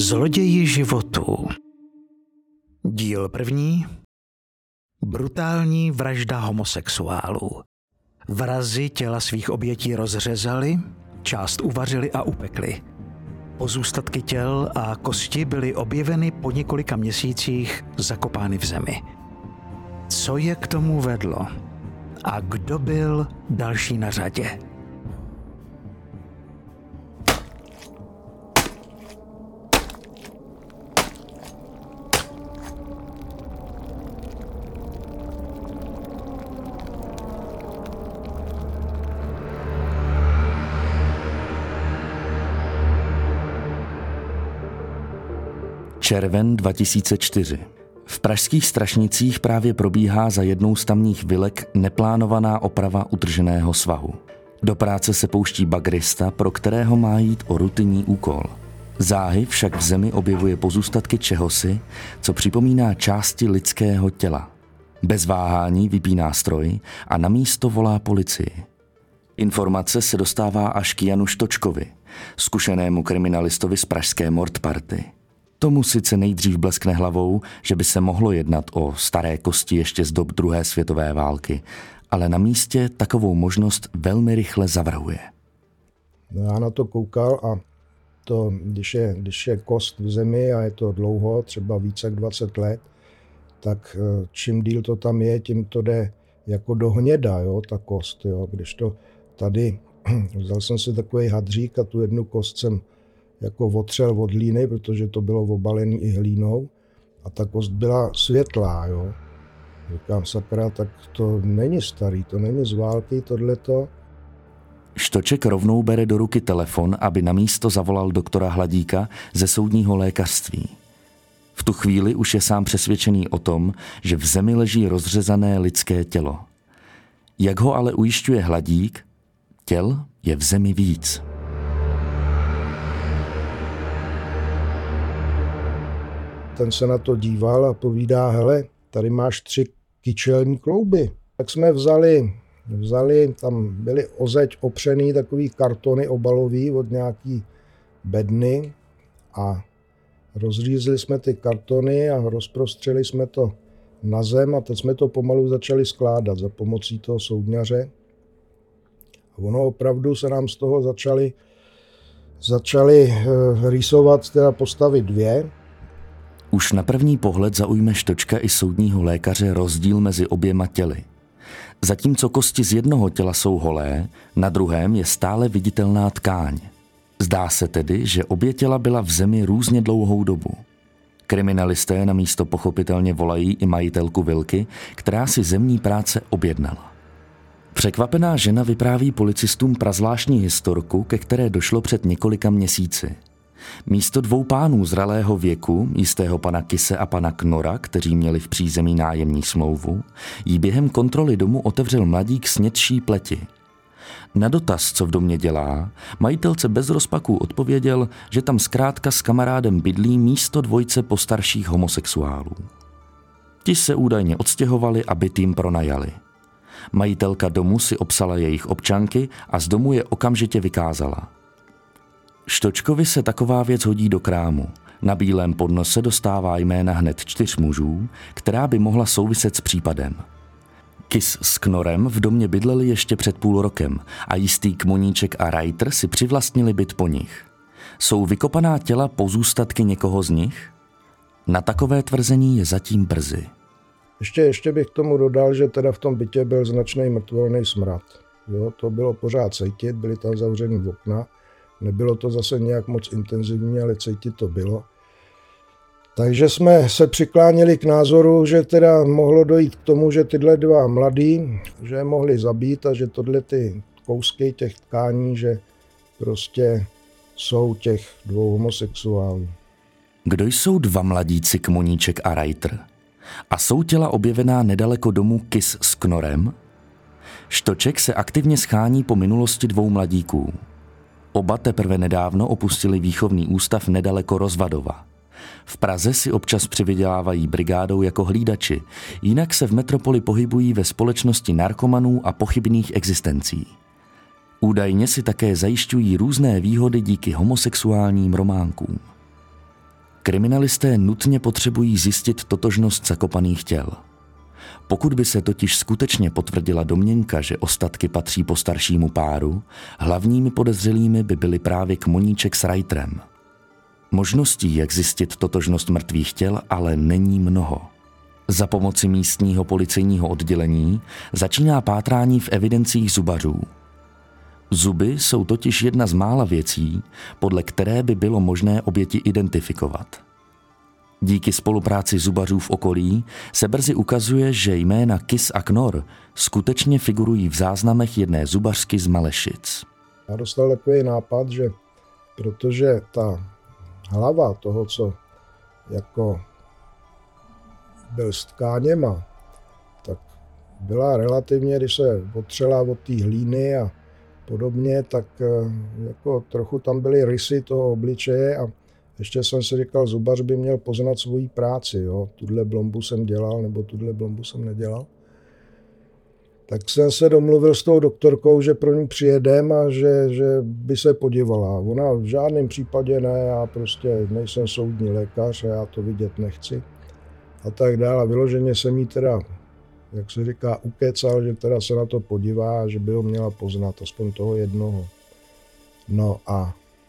Zloději životů. Díl první. Brutální vražda homosexuálů. Vrazi těla svých obětí rozřezali, část uvařili a upekli. Pozůstatky těl a kosti byly objeveny po několika měsících zakopány v zemi. Co je k tomu vedlo? A kdo byl další na řadě? Červen 2004. V pražských Strašnicích právě probíhá za jednou z tamních vilek neplánovaná oprava utrženého svahu. Do práce se pouští bagrista, pro kterého má jít o rutinní úkol. Záhy však v zemi objevuje pozůstatky čehosi, co připomíná části lidského těla. Bez váhání vypíná stroj a na místo volá policii. Informace se dostává až k Janu Štočkovi, zkušenému kriminalistovi z pražské mordparty. Tomu sice nejdřív bleskne hlavou, že by se mohlo jednat o staré kosti ještě z dob druhé světové války, ale na místě takovou možnost velmi rychle zavrhuje. Já na to koukal a to, když je kost v zemi a je to dlouho, třeba více jak 20 let, tak čím díl to tam je, tím to jde jako do hněda, jo, ta kost. Jo. Když to tady, vzal jsem si takový hadřík a tu jednu kost jsem jako otřel od hlíny, protože to bylo obalené i hlínou a ta kost byla světlá, jo. Říkám, sakra, tak to není starý, to není z války, tohleto. Štoček rovnou bere do ruky telefon, aby na místo zavolal doktora Hladíka ze soudního lékařství. V tu chvíli už je sám přesvědčený o tom, že v zemi leží rozřezané lidské tělo. Jak ho ale ujišťuje Hladík, těl je v zemi víc. Ten se na to díval a povídá, hele, tady máš 3 kyčelní klouby. Tak jsme vzali, tam byly o zeď opřený takový kartony obalový od nějaký bedny a rozřízli jsme ty kartony a rozprostřeli jsme to na zem a teď jsme to pomalu začali skládat za pomocí toho soudňaře. A ono opravdu se nám z toho začaly rýsovat teda postavy 2. Už na první pohled zaujme Štočka i soudního lékaře rozdíl mezi oběma těly. Zatímco kosti z jednoho těla jsou holé, na druhém je stále viditelná tkáň. Zdá se tedy, že obě těla byla v zemi různě dlouhou dobu. Kriminalisté na místo pochopitelně volají i majitelku vilky, která si zemní práce objednala. Překvapená žena vypráví policistům prazvláštní historku, ke které došlo před několika měsíci. Místo 2 pánů zralého věku, jistého pana Kise a pana Knora, kteří měli v přízemí nájemní smlouvu, jí během kontroly domu otevřel mladík snědší pleti. Na dotaz, co v domě dělá, majitelce bez rozpaků odpověděl, že tam zkrátka s kamarádem bydlí místo 2 postarších homosexuálů. Ti se údajně odstěhovali a byt jim pronajali. Majitelka domu si obsala jejich občanky a z domu je okamžitě vykázala. Štočkovi se taková věc hodí do krámu. Na bílém podnose dostává jména hned 4 mužů, která by mohla souviset s případem. Kis s Knorem v domě bydleli ještě před půl rokem a jistý Kmoníček a Reiter si přivlastnili byt po nich. Jsou vykopaná těla pozůstatky někoho z nich? Na takové tvrzení je zatím brzy. Ještě bych k tomu dodal, že teda v tom bytě byl značný mrtvolný smrad. Jo, to bylo pořád cítit, byly tam zavřený okna. Nebylo to zase nějak moc intenzivní, ale cítit to bylo. Takže jsme se přikláněli k názoru, že teda mohlo dojít k tomu, že tyhle 2 mladí, že je mohli zabít a že tohle ty kousky těch tkání, že prostě jsou těch 2 homosexuálů. Kdo jsou 2 mladíci Kmoníček a Reiter? A jsou těla objevená nedaleko domu Kis s Knorem? Štoček se aktivně schání po minulosti 2 mladíků. Oba teprve nedávno opustili výchovný ústav nedaleko Rozvadova. V Praze si občas přivydělávají brigádou jako hlídači, jinak se v metropoli pohybují ve společnosti narkomanů a pochybných existencí. Údajně si také zajišťují různé výhody díky homosexuálním románkům. Kriminalisté nutně potřebují zjistit totožnost zakopaných těl. Pokud by se totiž skutečně potvrdila domněnka, že ostatky patří po staršímu páru, hlavními podezřelými by byli právě Kmoníček s Reiterem. Možností, jak zjistit totožnost mrtvých těl, ale není mnoho. Za pomoci místního policejního oddělení začíná pátrání v evidencích zubařů. Zuby jsou totiž jedna z mála věcí, podle které by bylo možné oběti identifikovat. Díky spolupráci zubařů v okolí se brzy ukazuje, že jména Kis a Knor skutečně figurují v záznamech jedné zubařky z Malešic. Já dostal takový nápad, že protože ta hlava toho, co jako byl s tkáněma, tak byla relativně, když se otřela od té hlíny a podobně, tak jako trochu tam byly rysy toho obličeje a ještě jsem si říkal, zubař by měl poznat svoji práci, jo. Tuhle blombu jsem dělal, nebo tuhle blombu jsem nedělal. Tak jsem se domluvil s tou doktorkou, že pro ní přijedem a že by se podívala. Ona v žádném případě ne, já prostě nejsem soudní lékař a já to vidět nechci. A tak dále. Vyloženě jsem jí teda, jak se říká, ukecal, že teda se na to podívá a že by ho měla poznat, aspoň toho jednoho. No a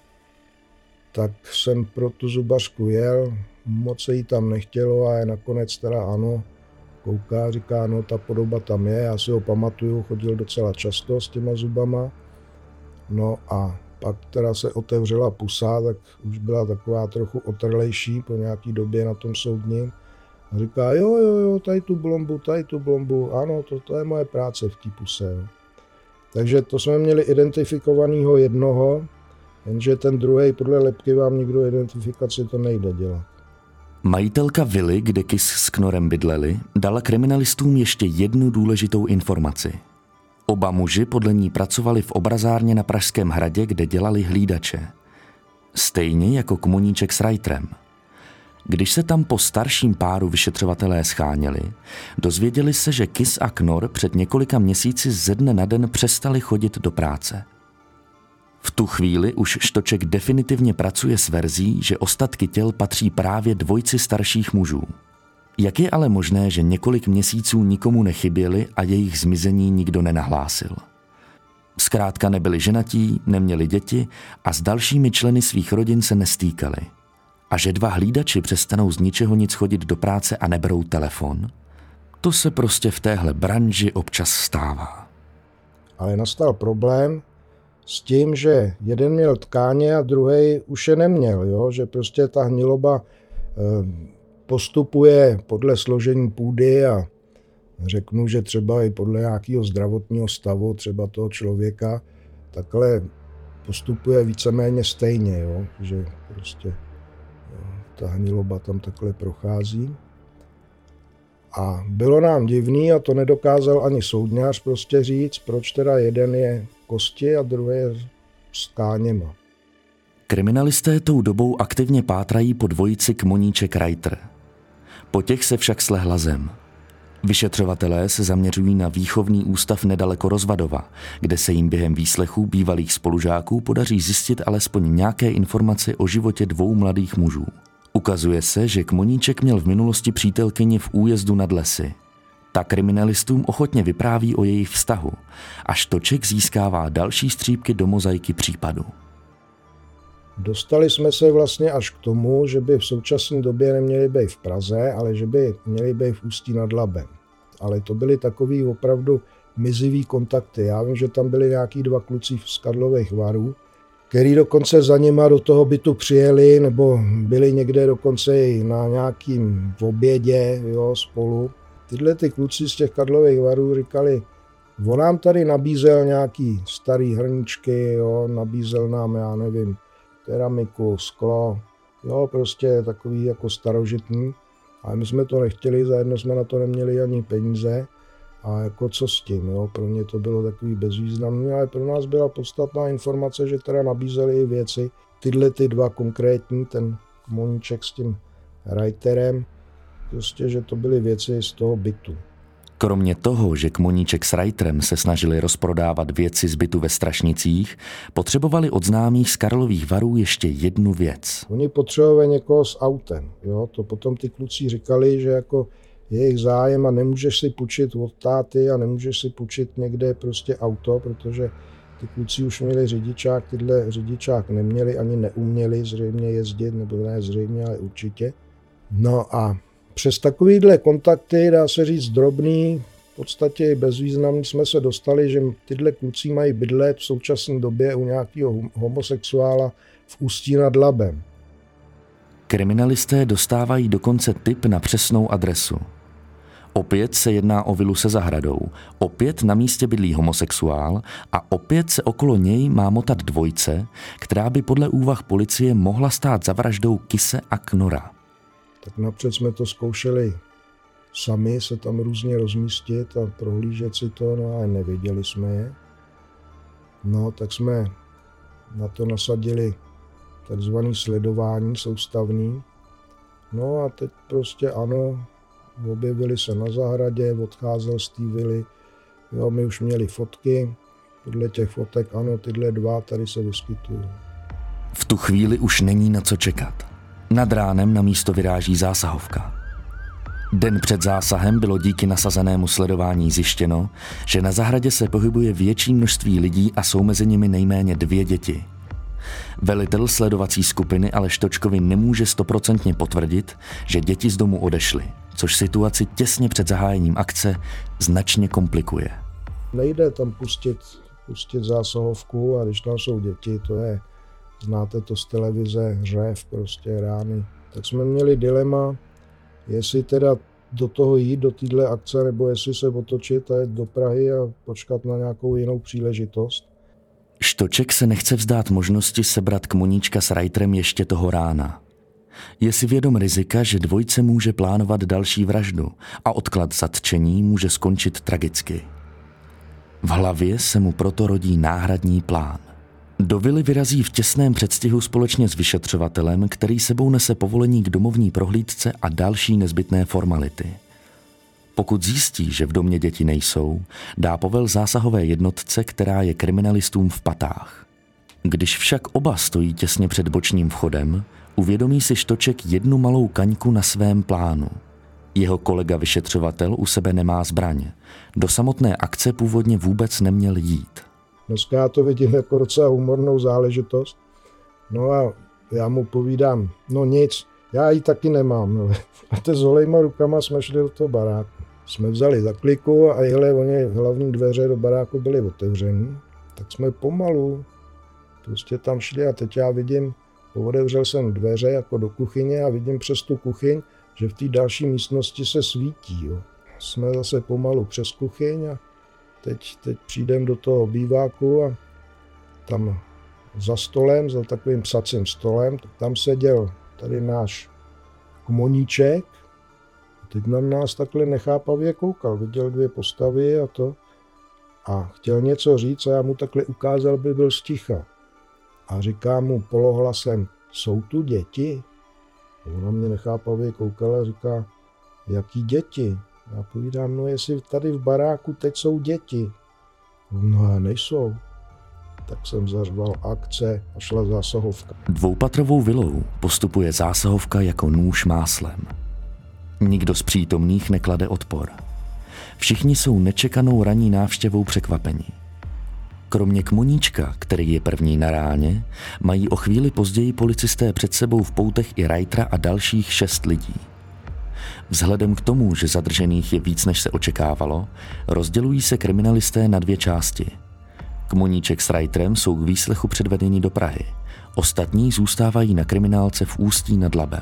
tak jsem pro tu zubařku jel, moc se jí tam nechtělo a nakonec teda ano, kouká, říká, no ta podoba tam je, já si ho pamatuju, chodil docela často s těma zubama. No a pak teda se otevřela pusa, tak už byla taková trochu otrlejší po nějaký době na tom soudním. A říká, jo, tady tu blombu, ano, to je moje práce v té puse. Jo. Takže to jsme měli identifikovanýho jednoho, jenže ten druhý podle lebky vám nikdo identifikaci to nejde dělat. Majitelka vily, kde Kis s Knorem bydleli, dala kriminalistům ještě jednu důležitou informaci. Oba muži podle ní pracovali v obrazárně na Pražském hradě, kde dělali hlídače. Stejně jako Kmoníček s Reiterem. Když se tam po starším páru vyšetřovatelé scháněli, dozvěděli se, že Kis a Knor před několika měsíci ze dne na den přestali chodit do práce. V tu chvíli už Štoček definitivně pracuje s verzí, že ostatky těl patří právě dvojci starších mužů. Jak je ale možné, že několik měsíců nikomu nechyběli a jejich zmizení nikdo nenahlásil? Zkrátka nebyli ženatí, neměli děti a s dalšími členy svých rodin se nestýkali. A že dva hlídači přestanou z ničeho nic chodit do práce a neberou telefon? To se prostě v téhle branži občas stává. Ale nastal problém s tím, že jeden měl tkáně a druhý už je neměl, jo? Že prostě ta hniloba postupuje podle složení půdy a řeknu, že třeba i podle nějakého zdravotního stavu třeba toho člověka, takhle postupuje víceméně stejně, jo? Že prostě ta hniloba tam takhle prochází. A bylo nám divný, a to nedokázal ani soudňář prostě říct, proč teda jeden je kosti a druhý je s tkáněma. Kriminalisté tou dobou aktivně pátrají po dvojici Kmoníček-Reiter. Po těch se však slehla zem. Vyšetřovatelé se zaměřují na výchovný ústav nedaleko Rozvadova, kde se jim během výslechů bývalých spolužáků podaří zjistit alespoň nějaké informace o životě dvou mladých mužů. Ukazuje se, že Kmoníček měl v minulosti přítelkyni v Újezdu nad Lesy. Ta kriminalistům ochotně vypráví o jejich vztahu a Štoček získává další střípky do mozaiky případu. Dostali jsme se vlastně až k tomu, že by v současné době neměli být v Praze, ale že by měli být v Ústí nad Labem. Ale to byly takový opravdu mizivý kontakty. Já vím, že tam byli nějaký dva kluci z Karlových Varů, který dokonce za nima do toho bytu přijeli, nebo byli někde dokonce i na nějakým obědě, jo, spolu. Tyhle ty kluci z těch Karlových Varů říkali, on nám tady nabízel nějaký starý hrníčky, jo, nabízel nám, já nevím, keramiku, sklo, jo, prostě takový jako starožitný. A my jsme to nechtěli, zajedno jsme na to neměli ani peníze. A jako co s tím, jo? Pro mě to bylo takový bezvýznamný, ale pro nás byla podstatná informace, že teda nabízeli i věci. Tyhle ty dva konkrétní, ten Kmoníček s tím Reiterem, prostě, že to byly věci z toho bytu. Kromě toho, že Kmoníček s Reiterem se snažili rozprodávat věci z bytu ve Strašnicích, potřebovali od známých z Karlových Varů ještě jednu věc. Oni potřebovali někoho s autem. Jo? To potom ty kluci říkali, že jako je jejich zájem a nemůžeš si půjčit od táty a nemůžeš si půjčit někde prostě auto, protože ty kluci už měli řidičák, tyhle řidičák neměli ani neuměli zřejmě jezdit, nebo ne zřejmě, ale určitě. No a přes takovýhle kontakty, dá se říct drobný, v podstatě bezvýznamný, jsme se dostali, že tyhle kluci mají bydlet v současné době u nějakého homosexuála v Ústí nad Labem. Kriminalisté dostávají dokonce tip na přesnou adresu. Opět se jedná o vilu se zahradou, opět na místě bydlí homosexuál a opět se okolo něj má motat dvojce, která by podle úvah policie mohla stát za vraždou Kise a Knora. Tak napřed jsme to zkoušeli sami se tam různě rozmístit a prohlížet si to, no ale nevěděli jsme je. No tak jsme na to nasadili takzvané sledování soustavní. No a teď prostě ano, objevili se na zahradě, odcházel z té vily. Jo, my už měli fotky, podle těch fotek ano, tyhle dva tady se vyskytují. V tu chvíli už není na co čekat. Nad ránem na místo vyráží zásahovka. Den před zásahem bylo díky nasazenému sledování zjištěno, že na zahradě se pohybuje větší množství lidí a jsou mezi nimi nejméně 2 děti. Velitel sledovací skupiny Aleš Točkovi nemůže 100% potvrdit, že děti z domu odešly, což situaci těsně před zahájením akce značně komplikuje. Nejde tam pustit zásahovku a když tam jsou děti, to je, znáte to z televize, řev, prostě rány. Tak jsme měli dilema, jestli teda do toho jít, do téhle akce, nebo jestli se otočit a jít do Prahy a počkat na nějakou jinou příležitost. Štoček se nechce vzdát možnosti sebrat Kmoníčka s Reiterem ještě toho rána. Je si vědom rizika, že dvojce může plánovat další vraždu a odklad zatčení může skončit tragicky. V hlavě se mu proto rodí náhradní plán. Do vily vyrazí v těsném předstihu společně s vyšetřovatelem, který sebou nese povolení k domovní prohlídce a další nezbytné formality. Pokud zjistí, že v domě děti nejsou, dá povel zásahové jednotce, která je kriminalistům v patách. Když však oba stojí těsně před bočním vchodem, uvědomí si Štoček jednu malou kaňku na svém plánu. Jeho kolega vyšetřovatel u sebe nemá zbraň. Do samotné akce původně vůbec neměl jít. Dneska já to vidím jako docela humornou záležitost. No a já mu povídám, no nic, já ji taky nemám. No. A te s holejma rukama jsme šli do toho baráku. Jsme vzali zakliku a oni hlavní dveře do baráku byly otevřený. Tak jsme pomalu prostě tam šli a teď já vidím, otevřel jsem dveře jako do kuchyně a vidím přes tu kuchyň, že v té další místnosti se svítí. Jo. Jsme zase pomalu přes kuchyň a teď přijdem do toho obýváku a tam za stolem, za takovým psacím stolem, tam seděl tady náš Kmoníček. Teď na nás takhle nechápavě koukal, viděl 2 postavy a to a chtěl něco říct a já mu takhle ukázal, aby byl sticha. A říká mu polohlasem, jsou tu děti? A on na mě nechápavě koukal a říká, jaký děti? Já povídám, no jestli tady v baráku teď jsou děti. No nejsou. Tak jsem zařval akce a šla zásahovka. Dvoupatrovou vilou postupuje zásahovka jako nůž máslem. Nikdo z přítomných neklade odpor. Všichni jsou nečekanou ranní návštěvou překvapení. Kromě Kmoníčka, který je první na ráně, mají o chvíli později policisté před sebou v poutech i Reitera a dalších 6 lidí. Vzhledem k tomu, že zadržených je víc, než se očekávalo, rozdělují se kriminalisté na 2 části. Kmoníček s Reiterem jsou k výslechu předvedeni do Prahy. Ostatní zůstávají na kriminálce v Ústí nad Labem.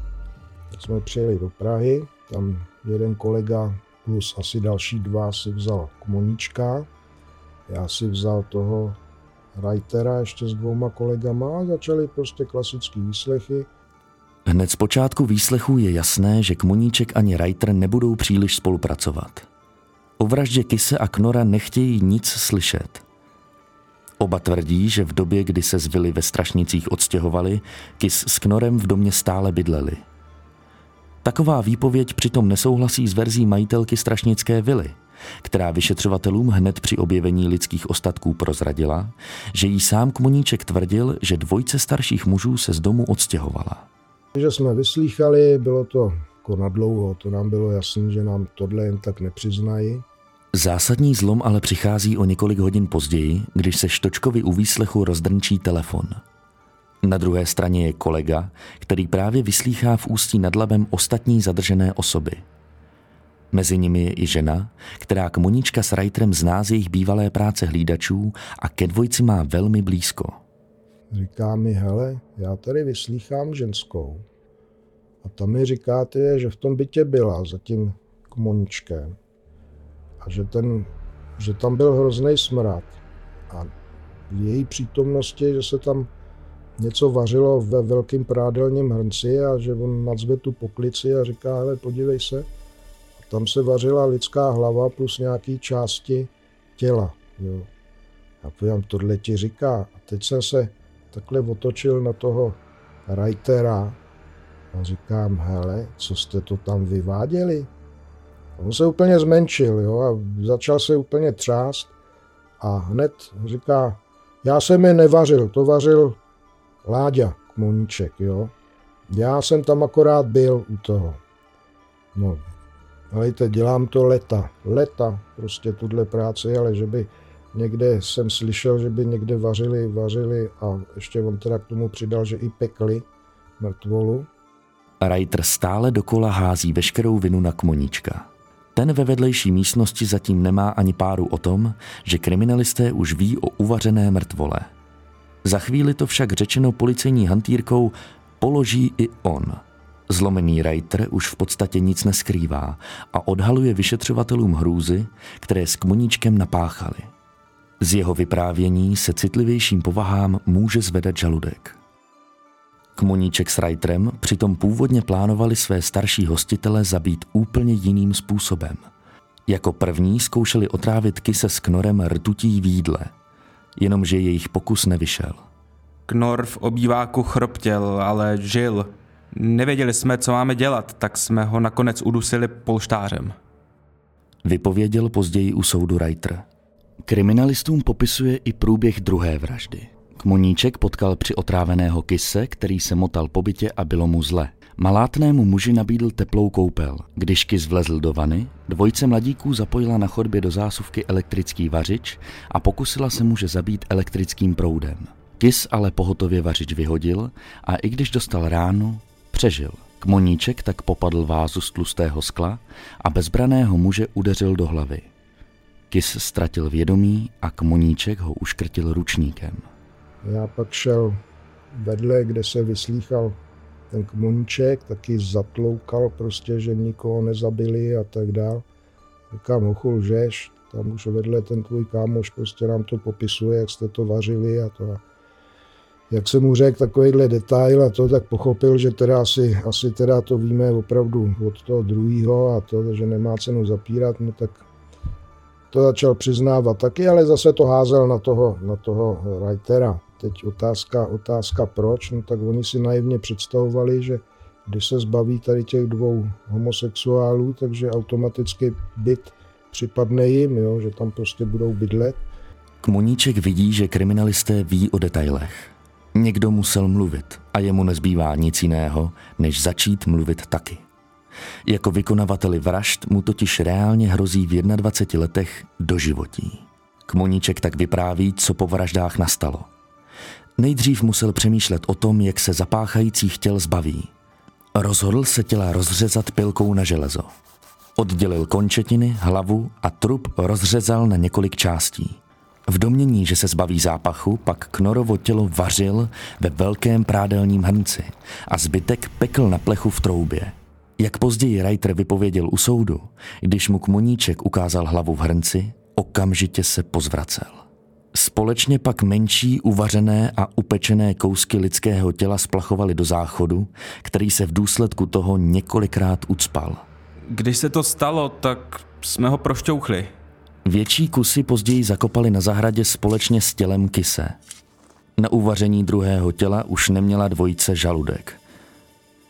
Tak jsme přijeli do Prahy, tam jeden kolega plus asi další 2 si vzal Kmoníčka. Já si vzal toho Reitera ještě s 2 kolegama a začaly prostě klasický výslechy. Hned z počátku výslechu je jasné, že Kmoníček ani Reiter nebudou příliš spolupracovat. O vraždě Kise a Knora nechtějí nic slyšet. Oba tvrdí, že v době, kdy se z vily ve Strašnicích odstěhovali, Kis s Knorem v domě stále bydleli. Taková výpověď přitom nesouhlasí s verzí majitelky strašnické vily, která vyšetřovatelům hned při objevení lidských ostatků prozradila, že jí sám Kmoníček tvrdil, že dvojce starších mužů se z domu odstěhovala. Že jsme vyslýchali, bylo to jako nadlouho, to nám bylo jasné, že nám tohle jen tak nepřiznají. Zásadní zlom ale přichází o několik hodin později, když se Štočkovi u výslechu rozdrnčí telefon. Na druhé straně je kolega, který právě vyslýchá v Ústí nad Labem ostatní zadržené osoby. Mezi nimi je i žena, která Kmoníčka s Reiterem zná z jejich bývalé práce hlídačů a ke dvojci má velmi blízko. Říká mi, hele, já tady vyslýchám ženskou a tam mi říkáte, že v tom bytě byla za tím Kmoníčkem a že tam byl hrozný smrad a v její přítomnosti, že se tam něco vařilo ve velkým prádelním hrnci a že on nadzve tu poklici a říká, hele, podívej se, a tam se vařila lidská hlava plus nějaký části těla. Jo. Já povím, tohle ti říká. A teď jsem se takhle otočil na toho Reitera a říkám, hele, co jste to tam vyváděli? A on se úplně zmenšil, jo, a začal se úplně třást a hned říká, já jsem je nevařil, to vařil Láďa Kmoníček, jo. Já jsem tam akorát byl u toho. No, ale teď dělám to leta, prostě tuhle práci, ale že by někde jsem slyšel, že by někde vařili a ještě on teda k tomu přidal, že i pekli mrtvolu. Reiter stále dokola hází veškerou vinu na Kmoníčka. Ten ve vedlejší místnosti zatím nemá ani páru o tom, že kriminalisté už ví o uvařené mrtvole. Za chvíli to však řečeno policejní hantýrkou položí i on. Zlomený Reiter už v podstatě nic neskrývá a odhaluje vyšetřovatelům hrůzy, které s Kmoníčkem napáchali. Z jeho vyprávění se citlivějším povahám může zvedat žaludek. Kmoníček s Reiterem přitom původně plánovali své starší hostitele zabít úplně jiným způsobem. Jako první zkoušeli otrávit Kise s Knorem rtutí v jídle, jenomže jejich pokus nevyšel. Knor v obýváku chroptěl, ale žil. Nevěděli jsme, co máme dělat, tak jsme ho nakonec udusili polštářem. Vypověděl později u soudu Reiter. Kriminalistům popisuje i průběh druhé vraždy. Kmoníček potkal při otráveného Kise, který se motal po bytě a bylo mu zle. Malátnému muži nabídl teplou koupel. Když Kis vlezl do vany, dvojice mladíků zapojila na chodbě do zásuvky elektrický vařič a pokusila se muže zabít elektrickým proudem. Kis ale pohotově vařič vyhodil a i když dostal ránu, přežil. Kmoníček tak popadl vázu z tlustého skla a bezbraného muže udeřil do hlavy. Kis ztratil vědomí a Kmoníček ho uškrtil ručníkem. Já pak šel vedle, kde se vyslýchal ten Kmoníček, taky zatloukal prostě, že nikoho nezabili a tak dál. Říkám, hochu, lžeš, tam už vedle ten tvůj kámoš prostě nám to popisuje, jak jste to vařili a to. Jak jsem mu řekl takovýhle detail a to, tak pochopil, že teda asi teda to víme opravdu od toho druhého a to, že nemá cenu zapírat, no tak to začal přiznávat taky, ale zase to házel na toho Reitera. Teď otázka proč, no tak oni si naivně představovali, že když se zbaví tady těch dvou homosexuálů, takže automaticky byt připadne jim, jo, že tam prostě budou bydlet. Kmoníček vidí, že kriminalisté ví o detailech. Někdo musel mluvit a jemu nezbývá nic jiného, než začít mluvit taky. Jako vykonavateli vražd mu totiž reálně hrozí v 21 letech doživotí. Kmoníček tak vypráví, co po vraždách nastalo. Nejdřív musel přemýšlet o tom, jak se zapáchajících těl zbaví. Rozhodl se těla rozřezat pilkou na železo. Oddělil končetiny, hlavu a trup rozřezal na několik částí. V domnění, že se zbaví zápachu, pak Knorovo tělo vařil ve velkém prádelním hrnci a zbytek pekl na plechu v troubě. Jak později Reiter vypověděl u soudu, když mu Kmoníček ukázal hlavu v hrnci, okamžitě se pozvracel. Společně pak menší uvařené a upečené kousky lidského těla splachovaly do záchodu, který se v důsledku toho několikrát ucpal. Když se to stalo, tak jsme ho prošťouchli. Větší kusy později zakopali na zahradě společně s tělem Kise. Na uvaření druhého těla už neměla dvojice žaludek.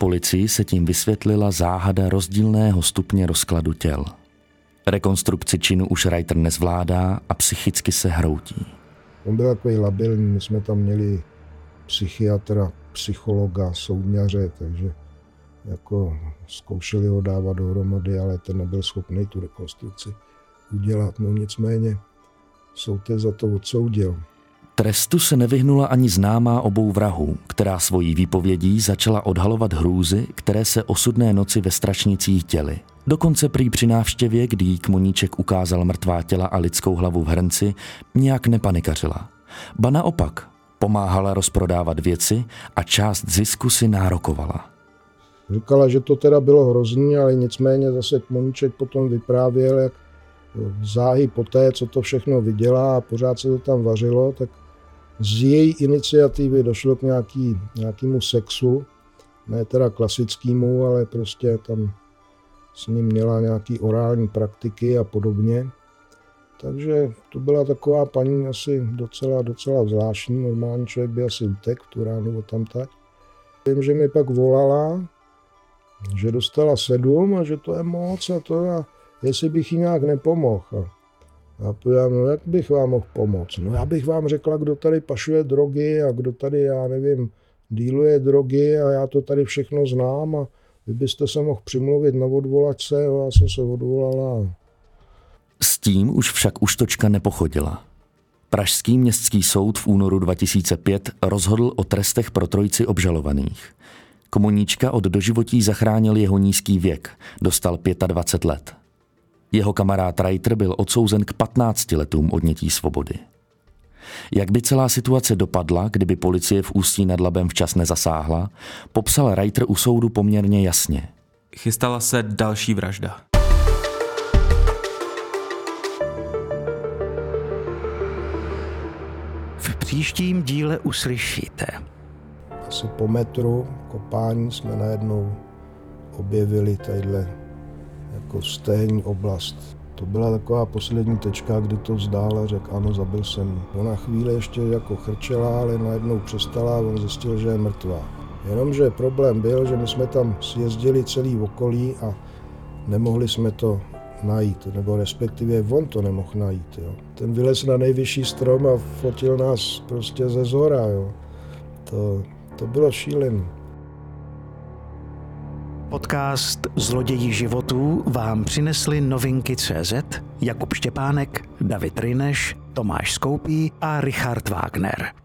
Policii se tím vysvětlila záhada rozdílného stupně rozkladu těl. Rekonstrukci činu už Reiter nezvládá a psychicky se hroutí. On byl takový labilní, my jsme tam měli psychiatra, psychologa, soudňaře, takže jako zkoušeli ho dávat dohromady, ale ten nebyl schopný tu rekonstrukci udělat. No nicméně soudce za to odsoudil. Trestu se nevyhnula ani známá obou vrahů, která svojí výpovědí začala odhalovat hrůzy, které se osudné noci ve Strašnicích děly. Dokonce prý při návštěvě, kdy jí Kmoníček ukázal mrtvá těla a lidskou hlavu v hrnci, nijak nepanikařila. Ba naopak, pomáhala rozprodávat věci a část zisku si nárokovala. Říkala, že to teda bylo hrozný, ale nicméně zase Kmoníček potom vyprávěl, jak záhy poté, co to všechno viděla a pořád se to tam vařilo, tak z její iniciativy došlo k nějakému sexu, ne teda klasickému, ale prostě tam s ním měla nějaké orální praktiky a podobně. Takže to byla taková paní asi docela zvláštní, normální člověk by asi utekl v tu ránu odtamtať. Vím, že mi pak volala, že dostala 7 a že to je moc a to a jestli bych jí nějak nepomohl. A já no jak bych vám mohl pomoct? No já bych vám řekla, kdo tady pašuje drogy a kdo tady, já nevím, díluje drogy a já to tady všechno znám a vy byste se mohl přimluvit na odvolačce, já jsem se odvolala. S tím už však Uštočka nepochodila. Pražský městský soud v únoru 2005 rozhodl o trestech pro trojici obžalovaných. Komoníčka od doživotí zachránil jeho nízký věk, dostal 25 let. Jeho kamarád Reiter byl odsouzen k 15 letům odnětí svobody. Jak by celá situace dopadla, kdyby policie v Ústí nad Labem včas nezasáhla, popsal Reiter u soudu poměrně jasně. Chystala se další vražda. V příštím díle uslyšíte. Asi po metru kopání jsme najednou objevili tadyhle jako stehní oblast. To byla taková poslední tečka, kdy to vzdál a řekl, ano, zabil jsem ji. Ona chvíli ještě jako chrčela, ale najednou přestala a on zjistil, že je mrtvá. Jenomže problém byl, že my jsme tam sjezdili celý okolí a nemohli jsme to najít, nebo respektive on to nemohl najít. Jo. Ten vylez na nejvyšší strom a fotil nás prostě ze zhora. Jo. To bylo šílený. Podcast Zloději životů vám přinesli Novinky.cz, Jakub Štěpánek, David Ryneš, Tomáš Skoupí a Richard Wagner.